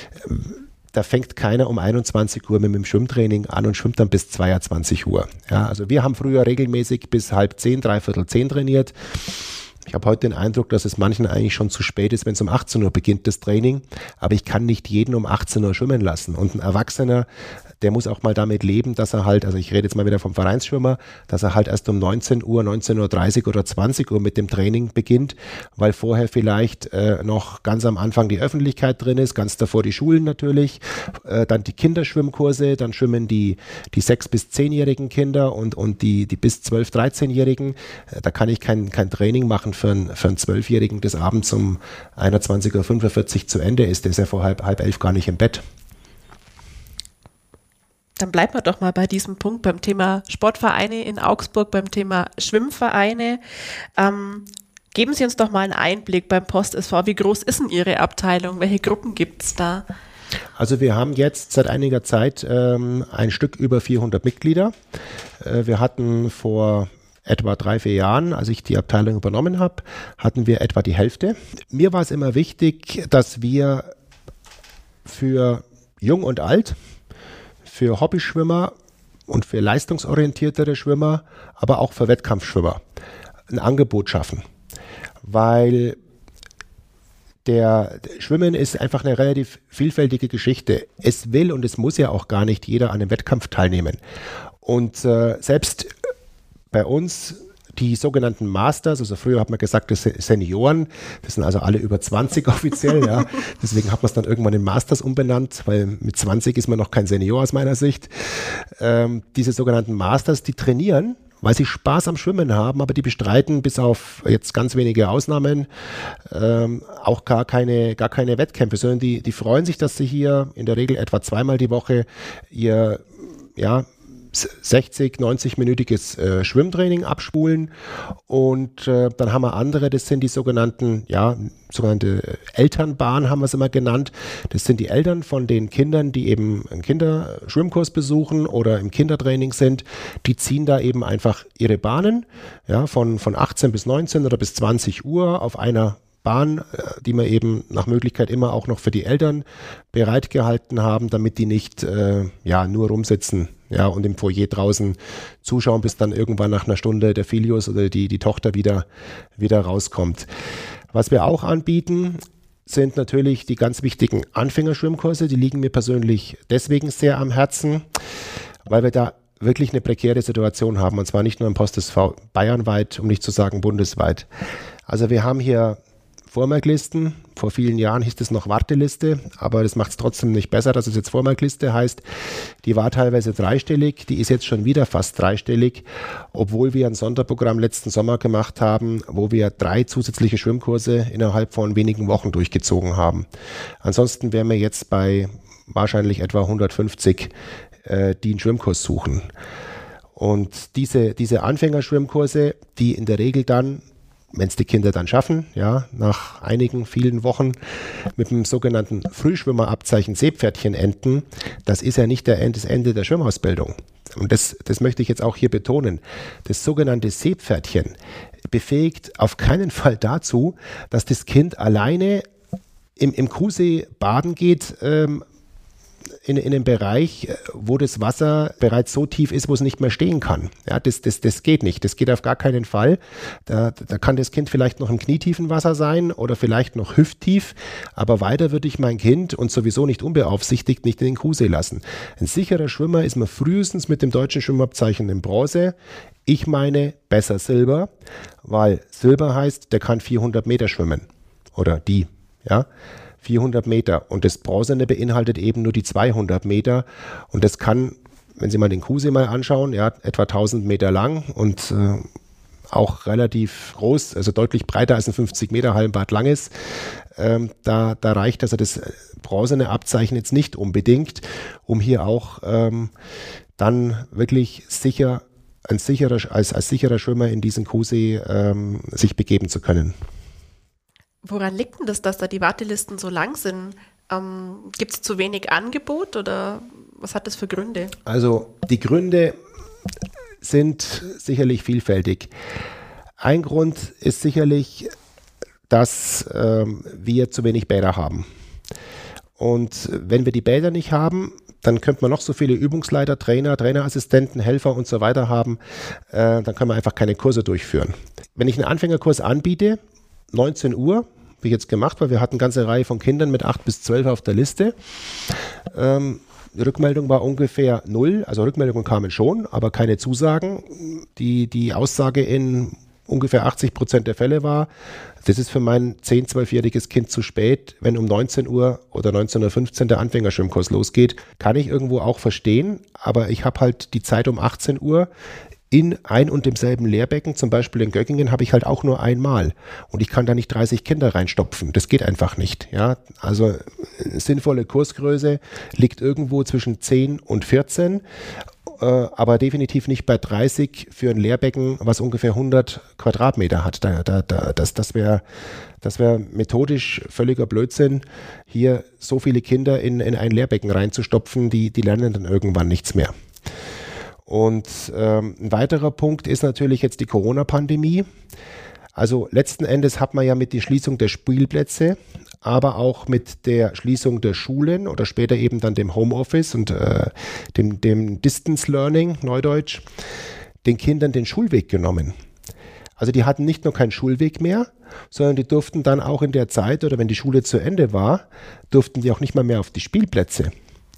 Da fängt keiner um einundzwanzig Uhr mit dem Schwimmtraining an und schwimmt dann bis zweiundzwanzig Uhr. Ja, also wir haben früher regelmäßig bis halb zehn, dreiviertel zehn trainiert. Ich habe heute den Eindruck, dass es manchen eigentlich schon zu spät ist, wenn es um achtzehn Uhr beginnt, das Training. Aber ich kann nicht jeden um achtzehn Uhr schwimmen lassen. Und ein Erwachsener, der muss auch mal damit leben, dass er halt, also ich rede jetzt mal wieder vom Vereinsschwimmer, dass er halt erst um neunzehn Uhr, neunzehn Uhr dreißig oder zwanzig Uhr mit dem Training beginnt, weil vorher vielleicht äh, noch ganz am Anfang die Öffentlichkeit drin ist, ganz davor die Schulen natürlich, äh, dann die Kinderschwimmkurse, dann schwimmen die, die sechs- bis zehnjährigen Kinder und, und die, die bis zwölf-, dreizehnjährigen. Äh, da kann ich kein, kein Training machen für einen, für einen Zwölfjährigen, das abends um einundzwanzig Uhr fünfundvierzig zu Ende ist. Der ist ja vor halb, halb elf gar nicht im Bett. Dann bleiben wir doch mal bei diesem Punkt beim Thema Sportvereine in Augsburg, beim Thema Schwimmvereine. Ähm, geben Sie uns doch mal einen Einblick beim Post S V. Wie groß ist denn Ihre Abteilung? Welche Gruppen gibt es da? Also wir haben jetzt seit einiger Zeit ähm, ein Stück über vierhundert Mitglieder. Äh, wir hatten vor etwa drei, vier Jahren, als ich die Abteilung übernommen habe, hatten wir etwa die Hälfte. Mir war es immer wichtig, dass wir für jung und alt, für Hobbyschwimmer und für leistungsorientiertere Schwimmer, aber auch für Wettkampfschwimmer ein Angebot schaffen. Weil der Schwimmen ist einfach eine relativ vielfältige Geschichte. Es will und es muss ja auch gar nicht jeder an einem Wettkampf teilnehmen. Und äh, selbst bei uns die sogenannten Masters, also früher hat man gesagt, das sind Senioren, das sind also alle über zwanzig offiziell, ja. Deswegen hat man es dann irgendwann in Masters umbenannt, weil mit zwanzig ist man noch kein Senior aus meiner Sicht. Ähm, diese sogenannten Masters, die trainieren, weil sie Spaß am Schwimmen haben, aber die bestreiten bis auf jetzt ganz wenige Ausnahmen ähm, auch gar keine, gar keine Wettkämpfe, sondern die, die freuen sich, dass sie hier in der Regel etwa zweimal die Woche ihr, ja, sechzig, neunzig-minütiges äh, Schwimmtraining abspulen und äh, dann haben wir andere, das sind die sogenannten, ja, sogenannte Elternbahn haben wir es immer genannt. Das sind die Eltern von den Kindern, die eben einen Kinderschwimmkurs besuchen oder im Kindertraining sind. Die ziehen da eben einfach ihre Bahnen, ja, von, von achtzehn bis neunzehn oder bis zwanzig Uhr auf einer Bahn, die wir eben nach Möglichkeit immer auch noch für die Eltern bereitgehalten haben, damit die nicht äh, ja, nur rumsitzen, ja, und im Foyer draußen zuschauen, bis dann irgendwann nach einer Stunde der Filius oder die, die Tochter wieder, wieder rauskommt. Was wir auch anbieten, sind natürlich die ganz wichtigen Anfängerschwimmkurse. Die liegen mir persönlich deswegen sehr am Herzen, weil wir da wirklich eine prekäre Situation haben, und zwar nicht nur im Post-S V bayernweit, um nicht zu sagen bundesweit. Also wir haben hier Vormerklisten. Vor vielen Jahren hieß es noch Warteliste, aber das macht es trotzdem nicht besser, dass es jetzt Vormerkliste heißt. Die war teilweise dreistellig, die ist jetzt schon wieder fast dreistellig, obwohl wir ein Sonderprogramm letzten Sommer gemacht haben, wo wir drei zusätzliche Schwimmkurse innerhalb von wenigen Wochen durchgezogen haben. Ansonsten wären wir jetzt bei wahrscheinlich etwa hundertfünfzig, äh, die einen Schwimmkurs suchen. Und diese, diese Anfängerschwimmkurse, die in der Regel dann, wenn es die Kinder dann schaffen, ja, nach einigen, vielen Wochen mit dem sogenannten Frühschwimmerabzeichen Seepferdchen enden, das ist ja nicht der End, das Ende der Schwimmausbildung. Und das, das möchte ich jetzt auch hier betonen. Das sogenannte Seepferdchen befähigt auf keinen Fall dazu, dass das Kind alleine im, im Kuhsee baden geht, ähm, in, in einem Bereich, wo das Wasser bereits so tief ist, wo es nicht mehr stehen kann. Ja, das, das, das geht nicht. Das geht auf gar keinen Fall. Da, da kann das Kind vielleicht noch im knietiefen Wasser sein oder vielleicht noch hüfttief, aber weiter würde ich mein Kind und sowieso nicht unbeaufsichtigt nicht in den Kuhsee lassen. Ein sicherer Schwimmer ist man frühestens mit dem deutschen Schwimmabzeichen in Bronze. Ich meine besser Silber, weil Silber heißt, der kann vierhundert Meter schwimmen. Oder die, ja. vierhundert Meter und das Bronzene beinhaltet eben nur die zweihundert Meter und das kann, wenn Sie mal den Kuhsee mal anschauen, ja, etwa tausend Meter lang und äh, auch relativ groß, also deutlich breiter als ein fünfzig Meter Hallenbad lang ist. Ähm, da, da reicht also das bronzene Abzeichen jetzt nicht unbedingt, um hier auch ähm, dann wirklich sicher, ein sicherer, als, als sicherer Schwimmer in diesen Kuhsee ähm, sich begeben zu können. Woran liegt denn das, dass da die Wartelisten so lang sind? Ähm, gibt es zu wenig Angebot oder was hat das für Gründe? Also die Gründe sind sicherlich vielfältig. Ein Grund ist sicherlich, dass ähm, wir zu wenig Bäder haben. Und wenn wir die Bäder nicht haben, dann könnte man noch so viele Übungsleiter, Trainer, Trainerassistenten, Helfer und so weiter haben, äh, dann kann man einfach keine Kurse durchführen. Wenn ich einen Anfängerkurs anbiete, neunzehn Uhr, habe ich jetzt gemacht, weil wir hatten eine ganze Reihe von Kindern mit acht bis zwölf auf der Liste. Ähm, die Rückmeldung war ungefähr null, also Rückmeldungen kamen schon, aber keine Zusagen. Die, die Aussage in ungefähr achtzig Prozent der Fälle war, das ist für mein zehn-, zwölfjähriges Kind zu spät, wenn um neunzehn Uhr oder neunzehn Uhr fünfzehn der Anfängerschwimmkurs losgeht. Kann ich irgendwo auch verstehen, aber ich habe halt die Zeit um achtzehn Uhr in ein und demselben Lehrbecken, zum Beispiel in Göggingen, habe ich halt auch nur einmal. Und ich kann da nicht dreißig Kinder reinstopfen. Das geht einfach nicht. Ja? Also eine sinnvolle Kursgröße liegt irgendwo zwischen zehn und vierzehn, äh, aber definitiv nicht bei dreißig für ein Lehrbecken, was ungefähr hundert Quadratmeter hat. Da, da, da, das das wäre das wär methodisch völliger Blödsinn, hier so viele Kinder in, in ein Lehrbecken reinzustopfen, die, die lernen dann irgendwann nichts mehr. Und ähm, ein weiterer Punkt ist natürlich jetzt die Corona-Pandemie. Also letzten Endes hat man ja mit der Schließung der Spielplätze, aber auch mit der Schließung der Schulen oder später eben dann dem Homeoffice und äh, dem, dem Distance Learning, Neudeutsch, den Kindern den Schulweg genommen. Also die hatten nicht nur keinen Schulweg mehr, sondern die durften dann auch in der Zeit oder wenn die Schule zu Ende war, durften die auch nicht mal mehr auf die Spielplätze.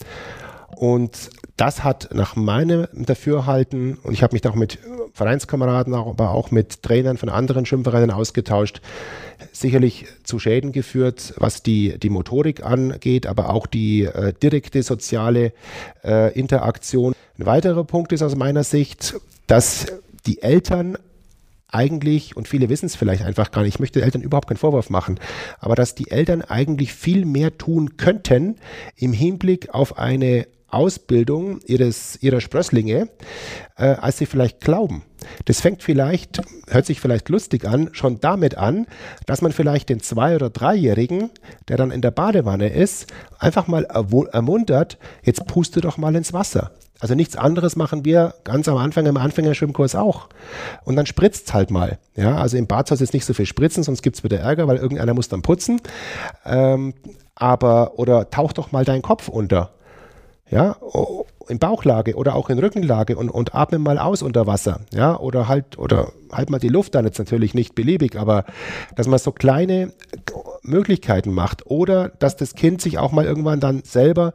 Und das hat nach meinem Dafürhalten, und ich habe mich da auch mit Vereinskameraden, aber auch mit Trainern von anderen Schwimmvereinen ausgetauscht, sicherlich zu Schäden geführt, was die, die Motorik angeht, aber auch die äh, direkte soziale äh, Interaktion. Ein weiterer Punkt ist aus meiner Sicht, dass die Eltern eigentlich, und viele wissen es vielleicht einfach gar nicht, ich möchte den Eltern überhaupt keinen Vorwurf machen, aber dass die Eltern eigentlich viel mehr tun könnten im Hinblick auf eine Ausbildung ihres, ihrer Sprösslinge, äh, als sie vielleicht glauben. Das fängt vielleicht, hört sich vielleicht lustig an, schon damit an, dass man vielleicht den Zwei- oder Dreijährigen, der dann in der Badewanne ist, einfach mal ermuntert, jetzt puste doch mal ins Wasser. Also nichts anderes machen wir ganz am Anfang im Anfängerschwimmkurs auch. Und dann spritzt es halt mal. Ja, also im Bad soll es jetzt nicht so viel spritzen, sonst gibt es wieder Ärger, weil irgendeiner muss dann putzen. Ähm, aber, oder tauch doch mal deinen Kopf unter. Ja, in Bauchlage oder auch in Rückenlage und, und atme mal aus unter Wasser. Ja, oder halt, oder halt mal die Luft dann jetzt natürlich nicht beliebig, aber dass man so kleine Möglichkeiten macht oder dass das Kind sich auch mal irgendwann dann selber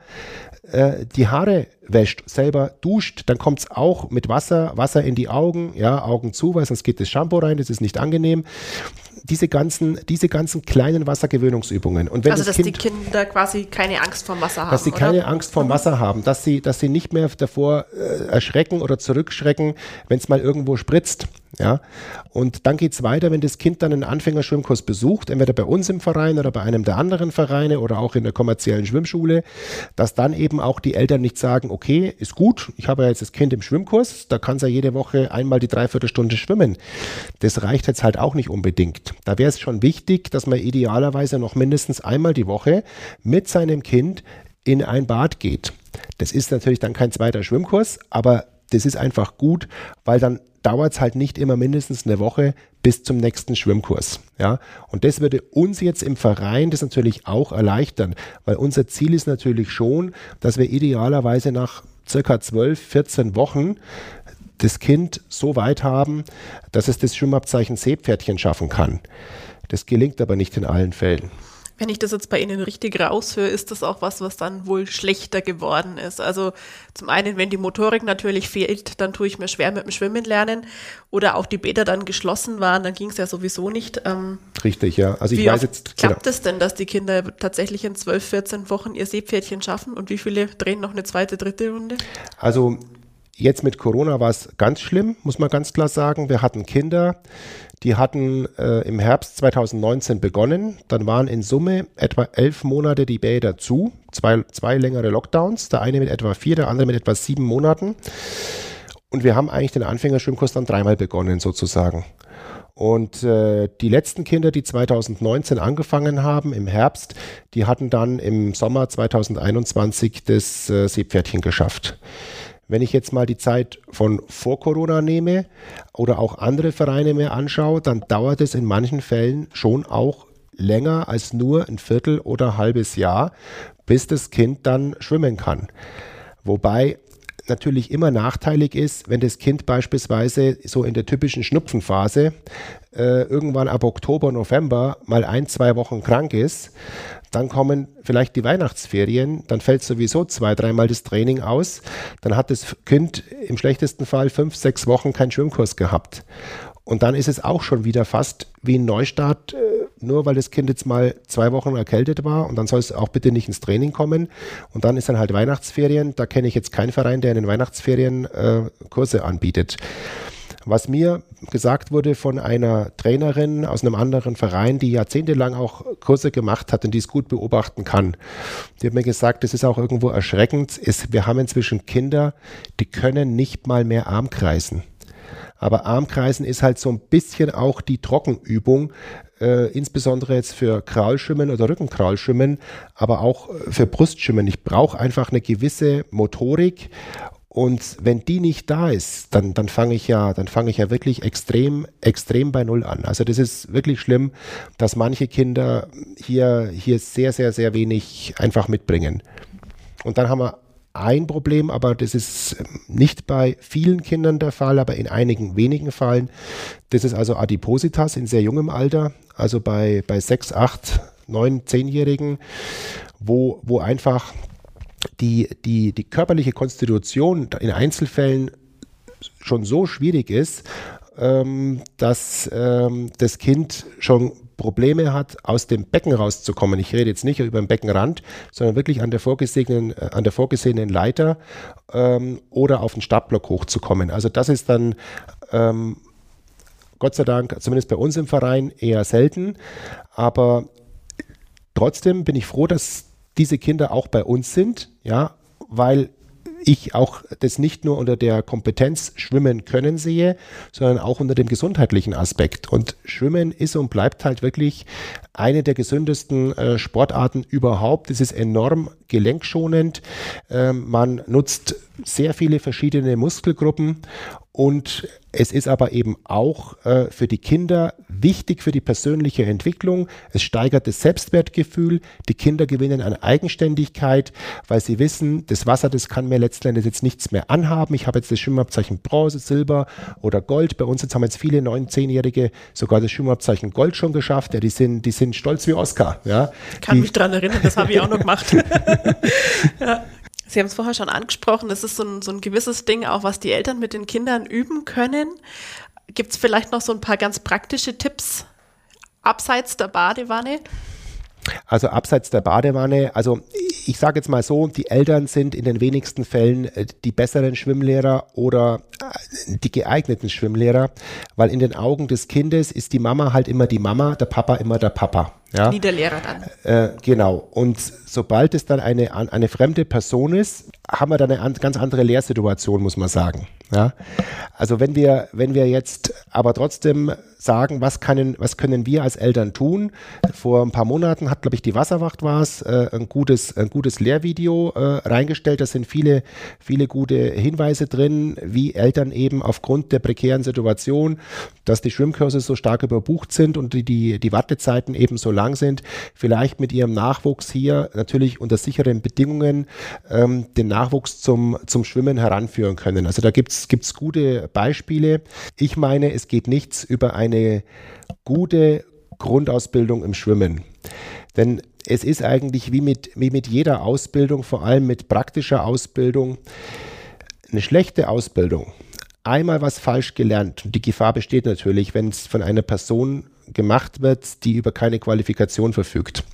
äh, die Haare wäscht, selber duscht, dann kommt es auch mit Wasser, Wasser in die Augen, ja, Augen zu, weil sonst geht das Shampoo rein, das ist nicht angenehm. Diese ganzen, diese ganzen kleinen Wassergewöhnungsübungen. Und wenn also, das dass kind, die Kinder quasi keine Angst vorm Wasser haben, Dass sie oder? keine Angst vorm Wasser haben, dass sie, dass sie nicht mehr davor äh, erschrecken oder zurückschrecken, wenn es mal irgendwo spritzt. Ja? Und dann geht es weiter, wenn das Kind dann einen Anfängerschwimmkurs besucht, entweder bei uns im Verein oder bei einem der anderen Vereine oder auch in der kommerziellen Schwimmschule, dass dann eben auch die Eltern nicht sagen, okay, ist gut, ich habe ja jetzt das Kind im Schwimmkurs, da kann es ja jede Woche einmal die Dreiviertelstunde schwimmen. Das reicht jetzt halt auch nicht unbedingt. Da wäre es schon wichtig, dass man idealerweise noch mindestens einmal die Woche mit seinem Kind in ein Bad geht. Das ist natürlich dann kein zweiter Schwimmkurs, aber das ist einfach gut, weil dann dauert es halt nicht immer mindestens eine Woche bis zum nächsten Schwimmkurs. Ja? Und das würde uns jetzt im Verein das natürlich auch erleichtern, weil unser Ziel ist natürlich schon, dass wir idealerweise nach circa zwölf, vierzehn Wochen das Kind so weit haben, dass es das Schwimmabzeichen Seepferdchen schaffen kann. Das gelingt aber nicht in allen Fällen. Wenn ich das jetzt bei Ihnen richtig raushöre, ist das auch was, was dann wohl schlechter geworden ist. Also zum einen, wenn die Motorik natürlich fehlt, dann tue ich mir schwer mit dem Schwimmen lernen. Oder auch die Bäder dann geschlossen waren, dann ging es ja sowieso nicht. Ähm, Richtig, ja. Also ich wie weiß oft jetzt, klappt genau. es denn, dass die Kinder tatsächlich in zwölf, vierzehn Wochen ihr Seepferdchen schaffen? Und wie viele drehen noch eine zweite, dritte Runde? Also jetzt mit Corona war es ganz schlimm, muss man ganz klar sagen. Wir hatten Kinder, die hatten äh, im Herbst zwanzig neunzehn begonnen. Dann waren in Summe etwa elf Monate die Bäder zu. Zwei, zwei längere Lockdowns, der eine mit etwa vier, der andere mit etwa sieben Monaten. Und wir haben eigentlich den Anfängerschwimmkurs dann dreimal begonnen sozusagen. Und äh, die letzten Kinder, die zwanzig neunzehn angefangen haben im Herbst, die hatten dann im Sommer zwanzig einundzwanzig das äh, Seepferdchen geschafft. Wenn ich jetzt mal die Zeit von vor Corona nehme oder auch andere Vereine mir anschaue, dann dauert es in manchen Fällen schon auch länger als nur ein Viertel oder ein halbes Jahr, bis das Kind dann schwimmen kann. Wobei natürlich immer nachteilig ist, wenn das Kind beispielsweise so in der typischen Schnupfenphase äh, irgendwann ab Oktober, November mal ein, zwei Wochen krank ist. Dann kommen vielleicht die Weihnachtsferien, dann fällt sowieso zwei, dreimal das Training aus. Dann hat das Kind im schlechtesten Fall fünf, sechs Wochen keinen Schwimmkurs gehabt. Und dann ist es auch schon wieder fast wie ein Neustart, nur weil das Kind jetzt mal zwei Wochen erkältet war und dann soll es auch bitte nicht ins Training kommen. Und dann ist dann halt Weihnachtsferien. Da kenne ich jetzt keinen Verein, der in den Weihnachtsferien äh, Kurse anbietet. Was mir gesagt wurde von einer Trainerin aus einem anderen Verein, die jahrzehntelang auch Kurse gemacht hat und die es gut beobachten kann, die hat mir gesagt, es ist auch irgendwo erschreckend, ist, wir haben inzwischen Kinder, die können nicht mal mehr Armkreisen. Aber Armkreisen ist halt so ein bisschen auch die Trockenübung, äh, insbesondere jetzt für Kraulschwimmen oder Rückenkraulschwimmen, aber auch für Brustschwimmen. Ich brauche einfach eine gewisse Motorik Und wenn die nicht da ist, dann, dann fange ich ja, dann fange ich ja wirklich extrem, extrem bei Null an. Also das ist wirklich schlimm, dass manche Kinder hier, hier sehr, sehr, sehr wenig einfach mitbringen. Und dann haben wir ein Problem, aber das ist nicht bei vielen Kindern der Fall, aber in einigen wenigen Fällen. Das ist also Adipositas in sehr jungem Alter, also bei, bei sechs, acht, neun, zehnjährigen, wo, wo einfach Die, die, die körperliche Konstitution in Einzelfällen schon so schwierig ist, ähm, dass ähm, das Kind schon Probleme hat, aus dem Becken rauszukommen. Ich rede jetzt nicht über den Beckenrand, sondern wirklich an der vorgesehenen, äh, an der vorgesehenen Leiter ähm, oder auf den Startblock hochzukommen. Also das ist dann ähm, Gott sei Dank, zumindest bei uns im Verein, eher selten. Aber trotzdem bin ich froh, dass diese Kinder auch bei uns sind, ja, weil ich auch das nicht nur unter der Kompetenz Schwimmen können sehe, sondern auch unter dem gesundheitlichen Aspekt. Und Schwimmen ist und bleibt halt wirklich eine der gesündesten äh, Sportarten überhaupt. Es ist enorm gelenkschonend. Ähm, man nutzt sehr viele verschiedene Muskelgruppen und es ist aber eben auch äh, für die Kinder wichtig für die persönliche Entwicklung. Es steigert das Selbstwertgefühl. Die Kinder gewinnen an Eigenständigkeit, weil sie wissen, das Wasser, das kann mir letztendlich jetzt nichts mehr anhaben. Ich habe jetzt das Schwimmabzeichen Bronze, Silber oder Gold. Bei uns jetzt haben jetzt viele neun-, zehnjährige sogar das Schwimmabzeichen Gold schon geschafft. Ja, die sind, die sind stolz wie Oscar. Ja. Ich kann die, mich daran erinnern, das habe ich auch noch gemacht. Ja. Sie haben es vorher schon angesprochen, das ist so ein, so ein gewisses Ding, auch was die Eltern mit den Kindern üben können. Gibt es vielleicht noch so ein paar ganz praktische Tipps abseits der Badewanne? Also abseits der Badewanne, also ich sage jetzt mal so, die Eltern sind in den wenigsten Fällen die besseren Schwimmlehrer oder die geeigneten Schwimmlehrer, weil in den Augen des Kindes ist die Mama halt immer die Mama, der Papa immer der Papa. Ja? Nie der Lehrer dann. Äh, genau. Und sobald es dann eine, eine fremde Person ist, haben wir dann eine an, ganz andere Lehrsituation, muss man sagen. Ja? Also wenn wir, wenn wir jetzt aber trotzdem sagen, was können, was können wir als Eltern tun? Vor ein paar Monaten hat, glaube ich, die Wasserwacht war es, äh, ein gutes, ein gutes Lehrvideo äh, reingestellt. Da sind viele, viele gute Hinweise drin, wie Eltern eben aufgrund der prekären Situation, dass die Schwimmkurse so stark überbucht sind und die, die, die Wartezeiten eben so lang sind, vielleicht mit ihrem Nachwuchs hier natürlich unter sicheren Bedingungen ähm, den Nachwuchs zum, zum Schwimmen heranführen können. Also da gibt es gute Beispiele. Ich meine, es geht nichts über eine gute Grundausbildung im Schwimmen. Denn es ist eigentlich wie mit, wie mit jeder Ausbildung, vor allem mit praktischer Ausbildung, eine schlechte Ausbildung. Einmal was falsch gelernt, und die Gefahr besteht natürlich, wenn es von einer Person gemacht wird, die über keine Qualifikation verfügt,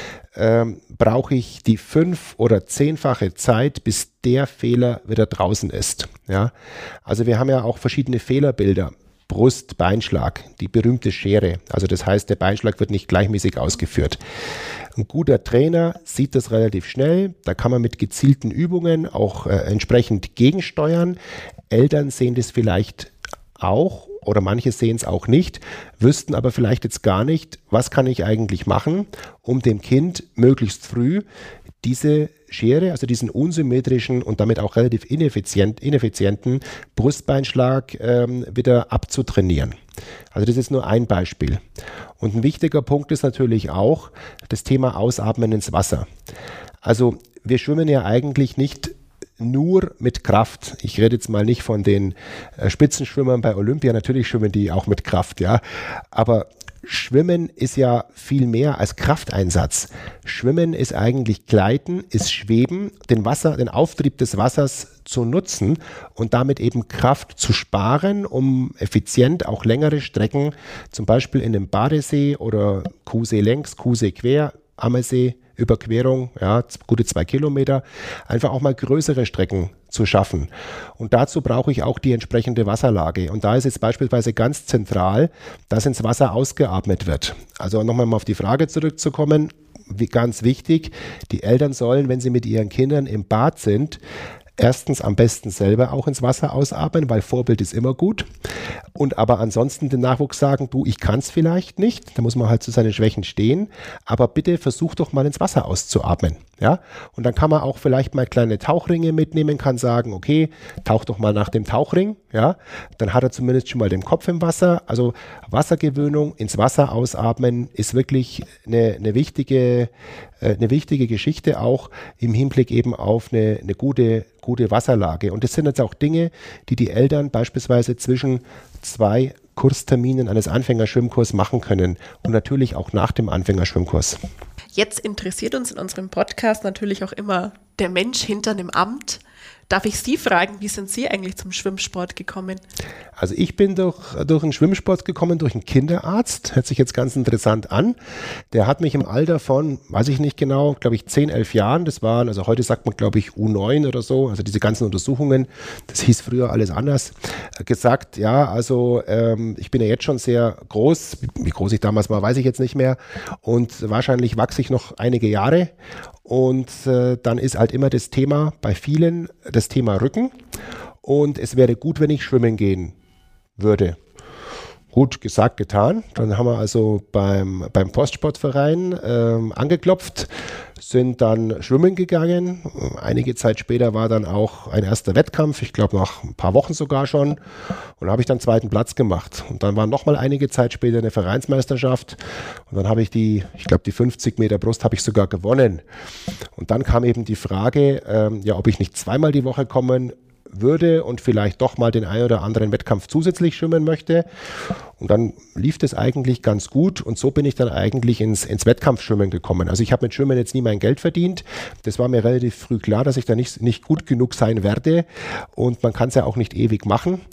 ähm, brauche ich die fünf- oder zehnfache Zeit, bis der Fehler wieder draußen ist. Ja? Also wir haben ja auch verschiedene Fehlerbilder. Brust, Beinschlag, die berühmte Schere. Also das heißt, der Beinschlag wird nicht gleichmäßig ausgeführt. Ein guter Trainer sieht das relativ schnell. Da kann man mit gezielten Übungen auch äh, entsprechend gegensteuern. Eltern sehen das vielleicht auch oder manche sehen es auch nicht, wüssten aber vielleicht jetzt gar nicht, was kann ich eigentlich machen, um dem Kind möglichst früh diese Schere, also diesen unsymmetrischen und damit auch relativ ineffizient, ineffizienten Brustbeinschlag ähm, wieder abzutrainieren. Also das ist nur ein Beispiel. Und ein wichtiger Punkt ist natürlich auch das Thema Ausatmen ins Wasser. Also wir schwimmen ja eigentlich nicht nur mit Kraft. Ich rede jetzt mal nicht von den äh, Spitzenschwimmern bei Olympia, natürlich schwimmen die auch mit Kraft, ja, aber Schwimmen ist ja viel mehr als Krafteinsatz. Schwimmen ist eigentlich Gleiten, ist Schweben, den Wasser, den Auftrieb des Wassers zu nutzen und damit eben Kraft zu sparen, um effizient auch längere Strecken, zum Beispiel in dem Badesee oder Kuhsee längs, Kuhsee quer, Ammersee, Überquerung, ja, gute zwei Kilometer, einfach auch mal größere Strecken zu schaffen. Und dazu brauche ich auch die entsprechende Wasserlage. Und da ist jetzt beispielsweise ganz zentral, dass ins Wasser ausgeatmet wird. Also nochmal mal auf die Frage zurückzukommen, wie ganz wichtig, die Eltern sollen, wenn sie mit ihren Kindern im Bad sind, erstens am besten selber auch ins Wasser ausatmen, weil Vorbild ist immer gut. Und aber ansonsten den Nachwuchs sagen, du, ich kann es vielleicht nicht. Da muss man halt zu seinen Schwächen stehen. Aber bitte versuch doch mal ins Wasser auszuatmen. Ja, und dann kann man auch vielleicht mal kleine Tauchringe mitnehmen, kann sagen, okay, tauch doch mal nach dem Tauchring, ja, dann hat er zumindest schon mal den Kopf im Wasser. Also Wassergewöhnung, ins Wasser ausatmen ist wirklich eine, eine wichtige, äh, eine wichtige Geschichte, auch im Hinblick eben auf eine, eine gute, gute Wasserlage. Und das sind jetzt auch Dinge, die die Eltern beispielsweise zwischen zwei Kursterminen eines Anfängerschwimmkurs machen können und natürlich auch nach dem Anfängerschwimmkurs. Jetzt interessiert uns in unserem Podcast natürlich auch immer der Mensch hinter dem Amt. Darf ich Sie fragen, wie sind Sie eigentlich zum Schwimmsport gekommen? Also ich bin durch, durch einen Schwimmsport gekommen, durch einen Kinderarzt. Hört sich jetzt ganz interessant an. Der hat mich im Alter von, weiß ich nicht genau, glaube ich zehn, elf Jahren, das waren, also heute sagt man glaube ich U neun oder so, also diese ganzen Untersuchungen, das hieß früher alles anders, gesagt, ja, also ähm, ich bin ja jetzt schon sehr groß, wie groß ich damals war, weiß ich jetzt nicht mehr und wahrscheinlich wachse ich noch einige Jahre. Und äh, dann ist halt immer das Thema bei vielen, das Thema Rücken. Und es wäre gut, wenn ich schwimmen gehen würde. Gut gesagt, getan. Dann haben wir also beim, beim Postsportverein ähm, angeklopft, sind dann schwimmen gegangen. Einige Zeit später war dann auch ein erster Wettkampf, ich glaube nach ein paar Wochen sogar schon. Und da habe ich dann zweiten Platz gemacht. Und dann war nochmal einige Zeit später eine Vereinsmeisterschaft. Und dann habe ich die, ich glaube die fünfzig Meter Brust habe ich sogar gewonnen. Und dann kam eben die Frage, ähm, ja, ob ich nicht zweimal die Woche kommen würde und vielleicht doch mal den einen oder anderen Wettkampf zusätzlich schwimmen möchte. Und dann lief das eigentlich ganz gut und so bin ich dann eigentlich ins, ins Wettkampfschwimmen gekommen. Also ich habe mit Schwimmen jetzt nie mein Geld verdient. Das war mir relativ früh klar, dass ich da nicht, nicht gut genug sein werde und man kann es ja auch nicht ewig machen.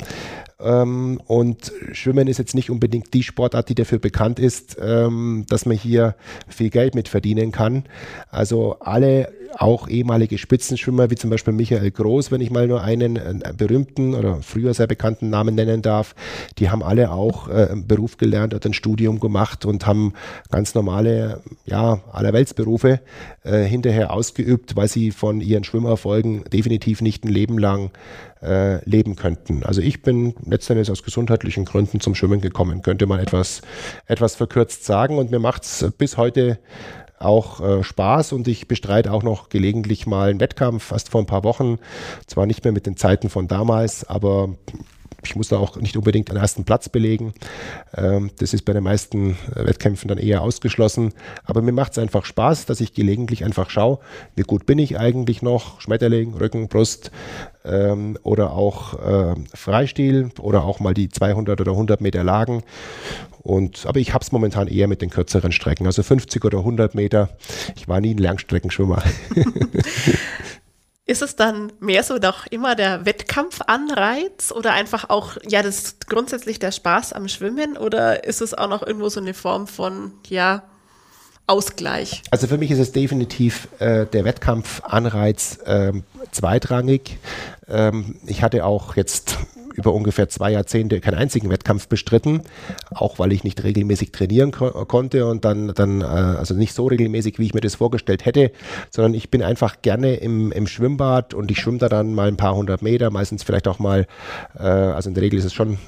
Ähm, und Schwimmen ist jetzt nicht unbedingt die Sportart, die dafür bekannt ist, ähm, dass man hier viel Geld mit verdienen kann. Also alle, auch ehemalige Spitzenschwimmer, wie zum Beispiel Michael Groß, wenn ich mal nur einen, einen berühmten oder früher sehr bekannten Namen nennen darf, die haben alle auch äh, einen Beruf gelernt oder ein Studium gemacht und haben ganz normale, ja, Allerweltsberufe äh, hinterher ausgeübt, weil sie von ihren Schwimmerfolgen definitiv nicht ein Leben lang äh, leben könnten. Also ich bin letztendlich aus gesundheitlichen Gründen zum Schwimmen gekommen, könnte man etwas, etwas verkürzt sagen und mir macht es bis heute auch äh, Spaß und ich bestreite auch noch gelegentlich mal einen Wettkampf, erst vor ein paar Wochen, zwar nicht mehr mit den Zeiten von damals, aber ich muss da auch nicht unbedingt den ersten Platz belegen. Ähm, das ist bei den meisten Wettkämpfen dann eher ausgeschlossen. Aber mir macht es einfach Spaß, dass ich gelegentlich einfach schaue, wie gut bin ich eigentlich noch, Schmetterling, Rücken, Brust ähm, oder auch äh, Freistil oder auch mal die zweihundert oder hundert Meter Lagen. Und, aber ich habe es momentan eher mit den kürzeren Strecken, also fünfzig oder hundert Meter. Ich war nie ein Langstreckenschwimmer. Ist es dann mehr so doch immer der Wettkampfanreiz oder einfach auch, ja, das grundsätzlich der Spaß am Schwimmen oder ist es auch noch irgendwo so eine Form von, ja, Ausgleich? Also für mich ist es definitiv äh, der Wettkampfanreiz äh, zweitrangig. Ähm, ich hatte auch jetzt über ungefähr zwei Jahrzehnte keinen einzigen Wettkampf bestritten, auch weil ich nicht regelmäßig trainieren ko- konnte und dann, dann äh, also nicht so regelmäßig, wie ich mir das vorgestellt hätte, sondern ich bin einfach gerne im, im Schwimmbad und ich schwimme da dann mal ein paar hundert Meter, meistens vielleicht auch mal, äh, also in der Regel ist es schon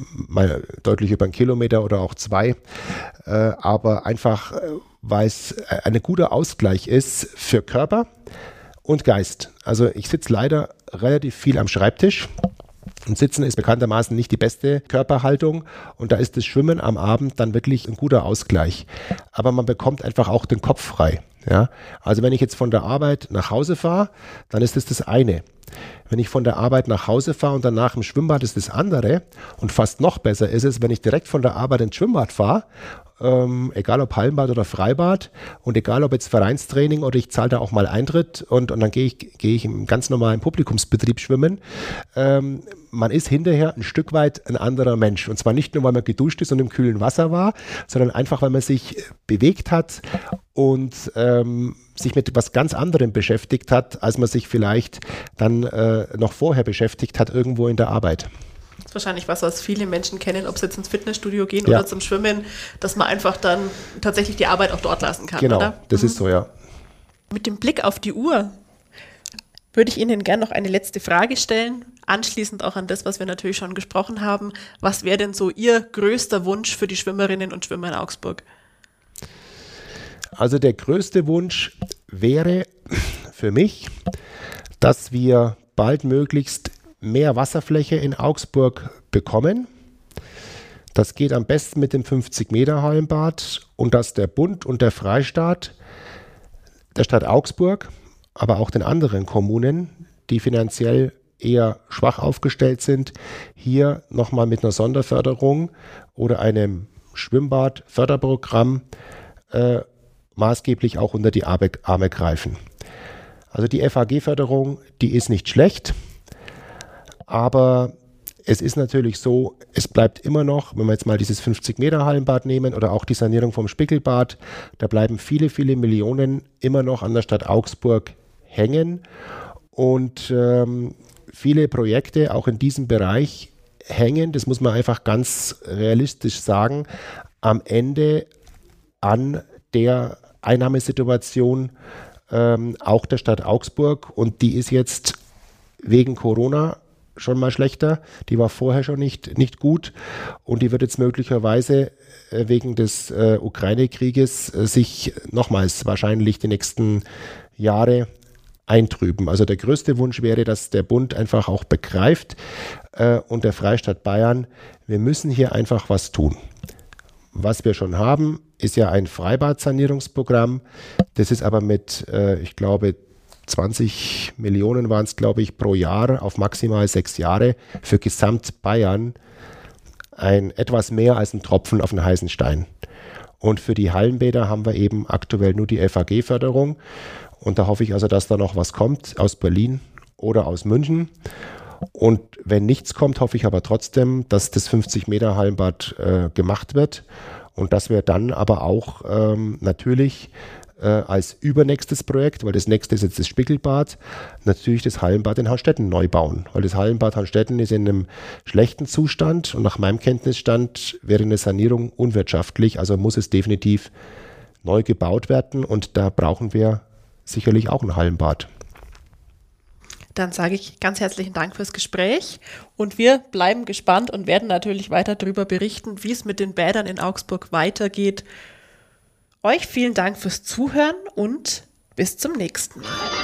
mal deutlich über einen Kilometer oder auch zwei, äh, aber einfach, äh, weil es ein guter Ausgleich ist für Körper und Geist. Also ich sitze leider relativ viel am Schreibtisch. Und Sitzen ist bekanntermaßen nicht die beste Körperhaltung und da ist das Schwimmen am Abend dann wirklich ein guter Ausgleich. Aber man bekommt einfach auch den Kopf frei. Ja? Also wenn ich jetzt von der Arbeit nach Hause fahre, dann ist das das eine. Wenn ich von der Arbeit nach Hause fahre und danach im Schwimmbad ist das andere und fast noch besser ist es, wenn ich direkt von der Arbeit ins Schwimmbad fahre, ähm, egal ob Hallenbad oder Freibad und egal ob jetzt Vereinstraining oder ich zahle da auch mal Eintritt und, und dann gehe ich, gehe ich im ganz normalen Publikumsbetrieb schwimmen. Ähm, man ist hinterher ein Stück weit ein anderer Mensch und zwar nicht nur, weil man geduscht ist und im kühlen Wasser war, sondern einfach, weil man sich bewegt hat und ähm, sich mit etwas ganz anderem beschäftigt hat, als man sich vielleicht dann äh, noch vorher beschäftigt hat, irgendwo in der Arbeit. Das ist wahrscheinlich was, was viele Menschen kennen, ob sie jetzt ins Fitnessstudio gehen ja. oder zum Schwimmen, dass man einfach dann tatsächlich die Arbeit auch dort lassen kann, genau, oder? das mhm. ist so, ja. Mit dem Blick auf die Uhr würde ich Ihnen gerne noch eine letzte Frage stellen, anschließend auch an das, was wir natürlich schon gesprochen haben. Was wäre denn so Ihr größter Wunsch für die Schwimmerinnen und Schwimmer in Augsburg? Also der größte Wunsch wäre, für mich, dass wir baldmöglichst mehr Wasserfläche in Augsburg bekommen. Das geht am besten mit dem fünfzig Meter Hallenbad und dass der Bund und der Freistaat der Stadt Augsburg, aber auch den anderen Kommunen, die finanziell eher schwach aufgestellt sind, hier nochmal mit einer Sonderförderung oder einem Schwimmbad-Förderprogramm äh, maßgeblich auch unter die Arme greifen. Also die F A G-Förderung, die ist nicht schlecht, aber es ist natürlich so, es bleibt immer noch, wenn wir jetzt mal dieses fünfzig Meter Hallenbad nehmen oder auch die Sanierung vom Spiegelbad, da bleiben viele, viele Millionen immer noch an der Stadt Augsburg hängen und ähm, viele Projekte auch in diesem Bereich hängen, das muss man einfach ganz realistisch sagen, am Ende an der Einnahmesituation ähm, auch der Stadt Augsburg und die ist jetzt wegen Corona schon mal schlechter, die war vorher schon nicht, nicht gut und die wird jetzt möglicherweise äh, wegen des äh, Ukraine-Krieges äh, sich nochmals wahrscheinlich die nächsten Jahre eintrüben. Also der größte Wunsch wäre, dass der Bund einfach auch begreift äh, und der Freistaat Bayern, wir müssen hier einfach was tun. Was wir schon haben, ist ja ein Freibad-Sanierungsprogramm, das ist aber mit, äh, ich glaube, zwanzig Millionen waren es, glaube ich, pro Jahr auf maximal sechs Jahre für gesamt Bayern ein etwas mehr als ein Tropfen auf den heißen Stein. Und für die Hallenbäder haben wir eben aktuell nur die F A G-Förderung. Und da hoffe ich also, dass da noch was kommt aus Berlin oder aus München. Und wenn nichts kommt, hoffe ich aber trotzdem, dass das fünfzig Meter Hallenbad äh, gemacht wird und dass wir dann aber auch ähm, natürlich als übernächstes Projekt, weil das nächste ist jetzt das Spiegelbad, natürlich das Hallenbad in Hallstätten neu bauen. Weil das Hallenbad Hallstätten ist in einem schlechten Zustand und nach meinem Kenntnisstand wäre eine Sanierung unwirtschaftlich, also muss es definitiv neu gebaut werden und da brauchen wir sicherlich auch ein Hallenbad. Dann sage ich ganz herzlichen Dank fürs Gespräch und wir bleiben gespannt und werden natürlich weiter darüber berichten, wie es mit den Bädern in Augsburg weitergeht. Euch vielen Dank fürs Zuhören und bis zum nächsten Mal.